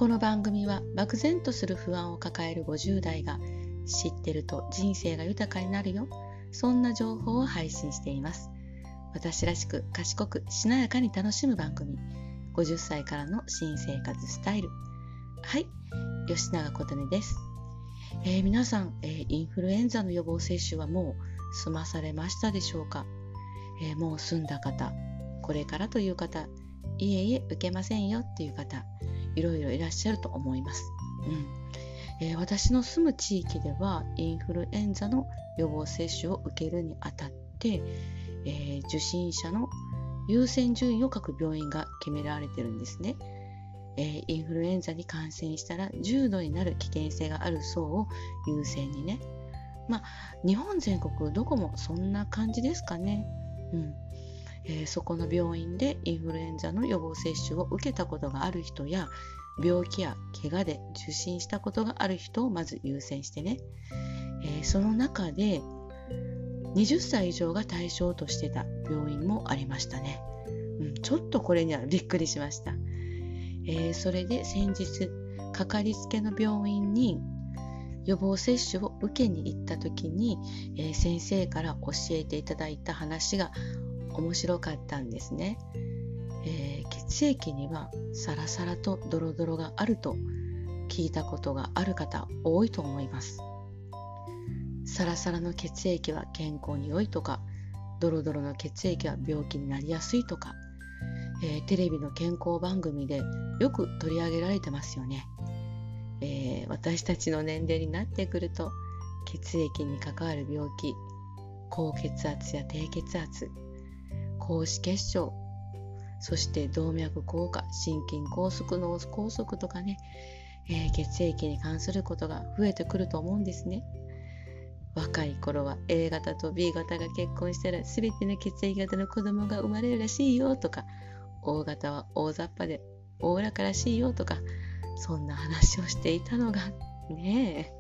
この番組は漠然とする不安を抱える50代が知ってると人生が豊かになるよ、そんな情報を配信しています。私らしく賢くしなやかに楽しむ番組、50歳からの新生活スタイル。はい、吉永琴音です。皆さん、インフルエンザの予防接種はもう済まされましたでしょうか？もう済んだ方、これからという方、いえいえ受けませんよっていう方、いろいろいらっしゃると思います。私の住む地域ではインフルエンザの予防接種を受けるにあたって、受診者の優先順位を各病院が決められているんですね。インフルエンザに感染したら重度になる危険性がある層を優先にね。日本全国どこもそんな感じですかね。そこの病院でインフルエンザの予防接種を受けたことがある人や、病気や怪我で受診したことがある人をまず優先してね、その中で20歳以上が対象としてた病院もありましたね。ちょっとこれにはびっくりしました。それで先日かかりつけの病院に予防接種を受けに行った時に、先生から教えていただいた話が面白かったんですね。血液にはサラサラとドロドロがあると聞いたことがある方多いと思います。サラサラの血液は健康に良いとか、ドロドロの血液は病気になりやすいとか、テレビの健康番組でよく取り上げられてますよね。私たちの年齢になってくると血液に関わる病気、高血圧や低血圧、高脂血症、そして動脈硬化、心筋梗塞、脳梗塞とかね、血液に関することが増えてくると思うんですね。若い頃は A 型と B 型が結婚したら全ての血液型の子供が生まれるらしいよとか、O 型は大雑把でおおらからしいよとか、そんな話をしていたのがね。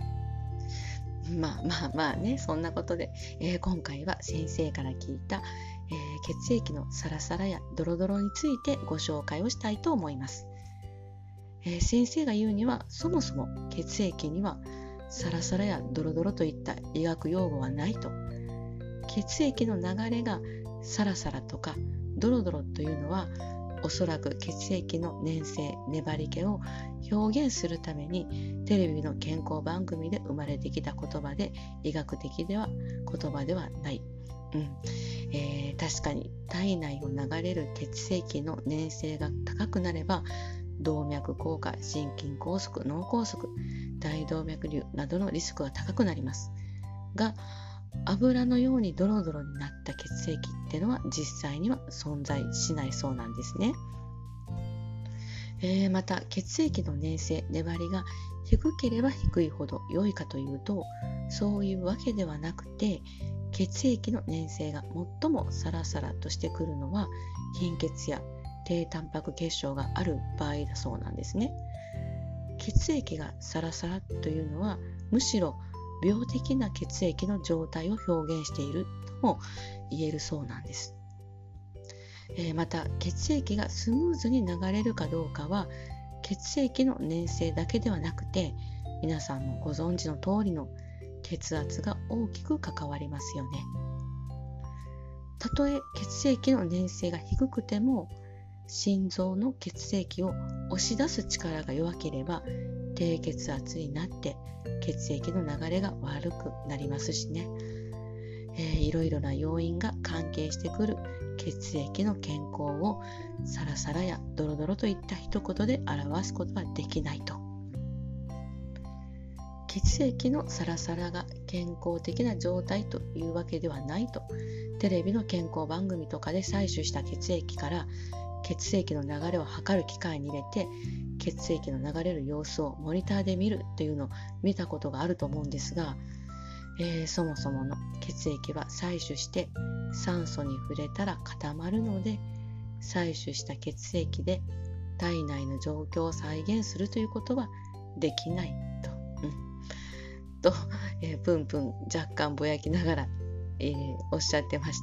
そんなことで、今回は先生から聞いた、血液のサラサラやドロドロについてご紹介をしたいと思います。先生が言うには、そもそも血液にはサラサラやドロドロといった医学用語はないと。血液の流れがサラサラとかドロドロというのは、おそらく血液の粘性、粘り気を表現するためにテレビの健康番組で生まれてきた言葉で、医学的では言葉ではない。確かに体内を流れる血液の粘性が高くなれば、動脈硬化、心筋梗塞、脳梗塞、大動脈瘤などのリスクが高くなりますが、油のようにドロドロになった血液っていうのは実際には存在しないそうなんですね。また血液の粘性、粘りが低ければ低いほど良いかというと、そういうわけではなくて、血液の粘性が最もサラサラとしてくるのは貧血や低タンパク血症がある場合だそうなんですね。血液がサラサラというのは、むしろ病的な血液の状態を表現しているとも言えるそうなんです。また血液がスムーズに流れるかどうかは、血液の粘性だけではなくて、皆さんもご存知の通りの血圧が大きく関わりますよね。たとえ血液の粘性が低くても、心臓の血液を押し出す力が弱ければ低血圧になって血液の流れが悪くなりますしね。いろいろな要因が関係してくる血液の健康をサラサラやドロドロといった一言で表すことはできないと。血液のサラサラが健康的な状態というわけではないと。テレビの健康番組とかで採取した血液から血液の流れを測る機械に入れて、血液の流れる様子をモニターで見るというのを見たことがあると思うんですが、そもそもの血液は採取して酸素に触れたら固まるので、採取した血液で体内の状況を再現するということはできないと、プンプン若干ぼやきながら、おっしゃってました。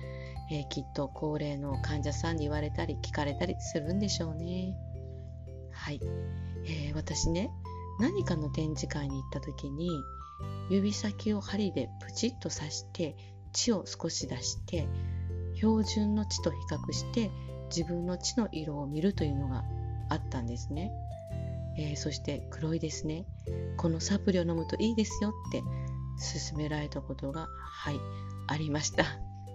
きっと高齢の患者さんに言われたり聞かれたりするんでしょうね。 はい、私ね、何かの展示会に行った時に指先を針でプチッと刺して血を少し出して標準の血と比較して自分の血の色を見るというのがあったんですね。そして黒いですね、このサプリを飲むといいですよって勧められたことがありました。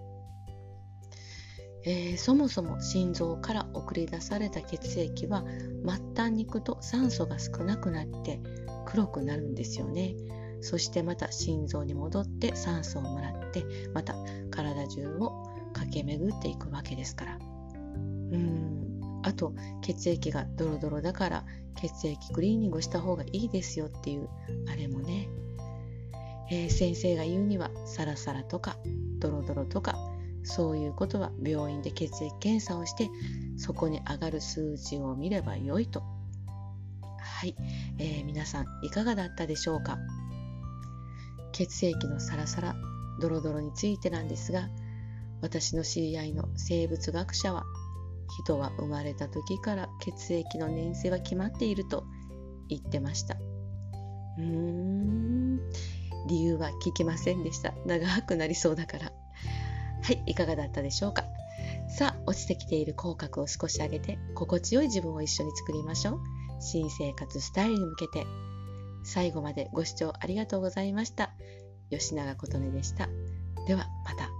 そもそも心臓から送り出された血液は末端に行くと酸素が少なくなって黒くなるんですよね。そしてまた心臓に戻って酸素をもらってまた体中を駆け巡っていくわけですから。あと血液がドロドロだから血液クリーニングをした方がいいですよっていうあれもね、先生が言うにはサラサラとかドロドロとかそういうことは病院で血液検査をしてそこに上がる数字を見ればよいと。皆さんいかがだったでしょうか。血液のサラサラドロドロについてなんですが、私の知り合いの生物学者は人は生まれた時から血液の粘性は決まっていると言ってました。理由は聞きませんでした。長くなりそうだから。いかがだったでしょうか。さあ、落ちてきている口角を少し上げて心地よい自分を一緒に作りましょう。新生活スタイルに向けて。最後までご視聴ありがとうございました。吉永琴音でした。ではまた。